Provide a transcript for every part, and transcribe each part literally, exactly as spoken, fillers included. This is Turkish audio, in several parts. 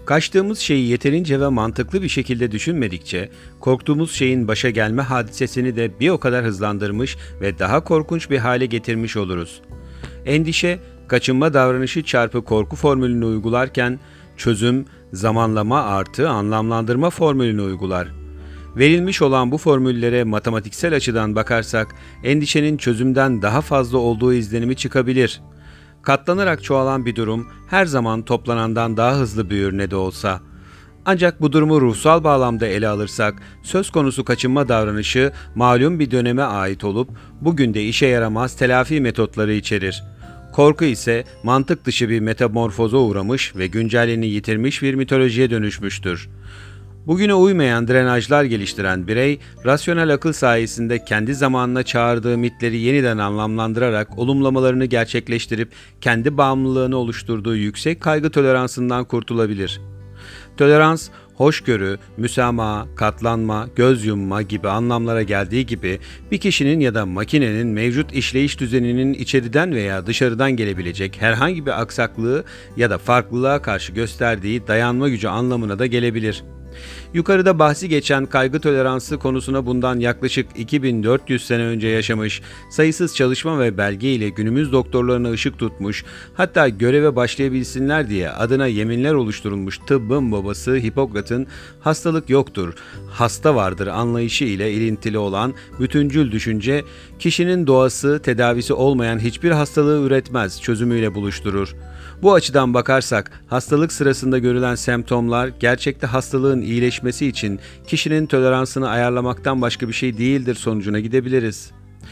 Kaçtığımız şeyi yeterince ve mantıklı bir şekilde düşünmedikçe, korktuğumuz şeyin başa gelme hadisesini de bir o kadar hızlandırmış ve daha korkunç bir hale getirmiş oluruz. Endişe, kaçınma davranışı çarpı korku formülünü uygularken, çözüm, zamanlama artı anlamlandırma formülünü uygular. Verilmiş olan bu formüllere matematiksel açıdan bakarsak, endişenin çözümden daha fazla olduğu izlenimi çıkabilir. Katlanarak çoğalan bir durum her zaman toplanandan daha hızlı büyür ne de olsa. Ancak bu durumu ruhsal bağlamda ele alırsak, söz konusu kaçınma davranışı malum bir döneme ait olup, bugün de işe yaramaz telafi metotları içerir. Korku ise mantık dışı bir metamorfoza uğramış ve güncelliğini yitirmiş bir mitolojiye dönüşmüştür. Bugüne uymayan drenajlar geliştiren birey, rasyonel akıl sayesinde kendi zamanına çağırdığı mitleri yeniden anlamlandırarak olumlamalarını gerçekleştirip kendi bağımlılığını oluşturduğu yüksek kaygı toleransından kurtulabilir. Tolerans, hoşgörü, müsamaha, katlanma, göz yumma gibi anlamlara geldiği gibi bir kişinin ya da makinenin mevcut işleyiş düzeninin içeriden veya dışarıdan gelebilecek herhangi bir aksaklığı ya da farklılığa karşı gösterdiği dayanma gücü anlamına da gelebilir. Yukarıda bahsi geçen kaygı toleransı konusuna bundan yaklaşık iki bin dört yüz sene önce yaşamış, sayısız çalışma ve belge ile günümüz doktorlarına ışık tutmuş, hatta göreve başlayabilsinler diye adına yeminler oluşturulmuş tıbbın babası Hipokrat'ın hastalık yoktur, hasta vardır anlayışı ile ilintili olan bütüncül düşünce, kişinin doğası tedavisi olmayan hiçbir hastalığı üretmez çözümüyle buluşturur. Bu açıdan bakarsak, hastalık sırasında görülen semptomlar gerçekte hastalığın iyileşmesi için kişinin toleransını ayarlamaktan başka bir şey değildir sonucuna gidebiliriz.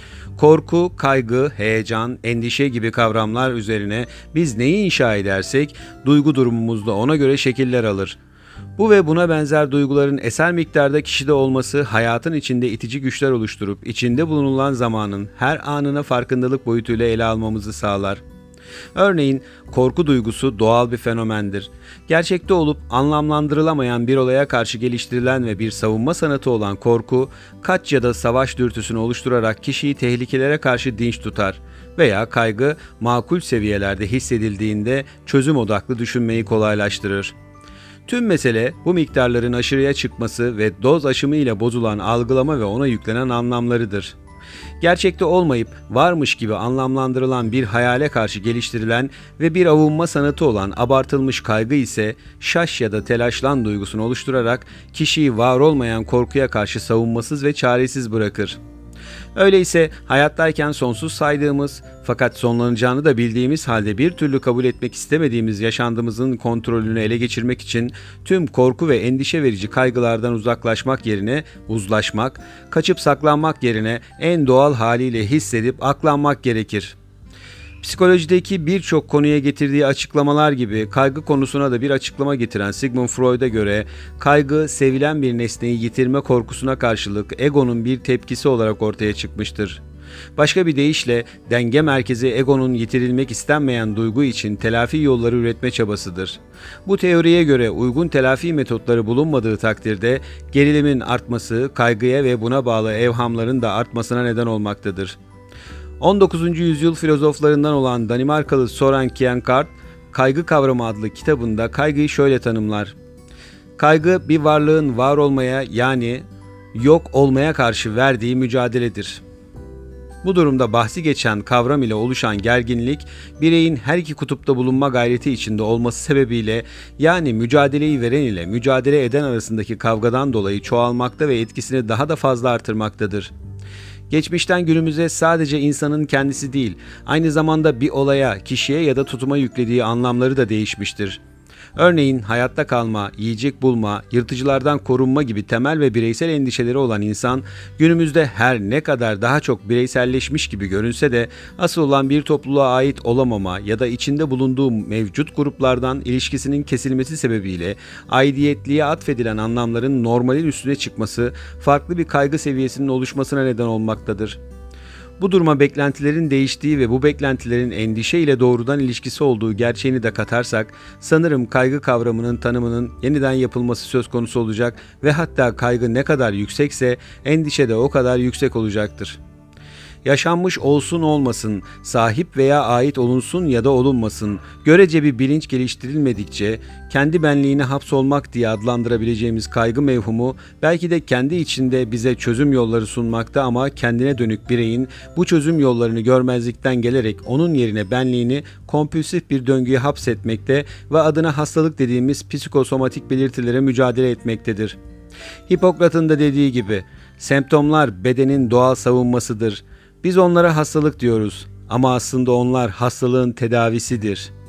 Korku, kaygı, heyecan, endişe gibi kavramlar üzerine biz neyi inşa edersek, duygu durumumuzda ona göre şekiller alır. Bu ve buna benzer duyguların eser miktarda kişide olması hayatın içinde itici güçler oluşturup içinde bulunulan zamanın her anına farkındalık boyutuyla ele almamızı sağlar. Örneğin korku duygusu doğal bir fenomendir. Gerçekte olup anlamlandırılamayan bir olaya karşı geliştirilen ve bir savunma sanatı olan korku, kaç ya da savaş dürtüsünü oluşturarak kişiyi tehlikelere karşı dinç tutar veya kaygı makul seviyelerde hissedildiğinde çözüm odaklı düşünmeyi kolaylaştırır. Tüm mesele bu miktarların aşırıya çıkması ve doz aşımı ile bozulan algılama ve ona yüklenen anlamlarıdır. Gerçekte olmayıp varmış gibi anlamlandırılan bir hayale karşı geliştirilen ve bir avunma sanatı olan abartılmış kaygı ise şaş ya da telaşlan duygusunu oluşturarak kişiyi var olmayan korkuya karşı savunmasız ve çaresiz bırakır. Öyleyse hayattayken sonsuz saydığımız fakat sonlanacağını da bildiğimiz halde bir türlü kabul etmek istemediğimiz yaşantımızın kontrolünü ele geçirmek için tüm korku ve endişe verici kaygılardan uzaklaşmak yerine uzlaşmak, kaçıp saklanmak yerine en doğal haliyle hissedip aklanmak gerekir. Psikolojideki birçok konuya getirdiği açıklamalar gibi kaygı konusuna da bir açıklama getiren Sigmund Freud'a göre kaygı sevilen bir nesneyi yitirme korkusuna karşılık egonun bir tepkisi olarak ortaya çıkmıştır. Başka bir deyişle denge merkezi egonun yitirilmek istenmeyen duygu için telafi yolları üretme çabasıdır. Bu teoriye göre uygun telafi metotları bulunmadığı takdirde gerilimin artması kaygıya ve buna bağlı evhamların da artmasına neden olmaktadır. on dokuzuncu yüzyıl filozoflarından olan Danimarkalı Søren Kierkegaard, Kaygı Kavramı adlı kitabında kaygıyı şöyle tanımlar. Kaygı bir varlığın var olmaya yani yok olmaya karşı verdiği mücadeledir. Bu durumda bahsi geçen kavram ile oluşan gerginlik, bireyin her iki kutupta bulunma gayreti içinde olması sebebiyle yani mücadeleyi veren ile mücadele eden arasındaki kavgadan dolayı çoğalmakta ve etkisini daha da fazla artırmaktadır. Geçmişten günümüze sadece insanın kendisi değil, aynı zamanda bir olaya, kişiye ya da tutuma yüklediği anlamları da değişmiştir. Örneğin hayatta kalma, yiyecek bulma, yırtıcılardan korunma gibi temel ve bireysel endişeleri olan insan, günümüzde her ne kadar daha çok bireyselleşmiş gibi görünse de asıl olan bir topluluğa ait olamama ya da içinde bulunduğu mevcut gruplardan ilişkisinin kesilmesi sebebiyle aidiyetliğe atfedilen anlamların normalin üstüne çıkması, farklı bir kaygı seviyesinin oluşmasına neden olmaktadır. Bu duruma beklentilerin değiştiği ve bu beklentilerin endişe ile doğrudan ilişkisi olduğu gerçeğini de katarsak, sanırım kaygı kavramının tanımının yeniden yapılması söz konusu olacak ve hatta kaygı ne kadar yüksekse endişe de o kadar yüksek olacaktır. Yaşanmış olsun olmasın, sahip veya ait olunsun ya da olunmasın, görece bir bilinç geliştirilmedikçe, kendi benliğine hapsolmak diye adlandırabileceğimiz kaygı mevhumu, belki de kendi içinde bize çözüm yolları sunmakta ama kendine dönük bireyin bu çözüm yollarını görmezlikten gelerek onun yerine benliğini kompülsif bir döngüye hapsetmekte ve adına hastalık dediğimiz psikosomatik belirtilere mücadele etmektedir. Hipokrat'ın da dediği gibi, semptomlar bedenin doğal savunmasıdır. Biz onlara hastalık diyoruz ama aslında onlar hastalığın tedavisidir.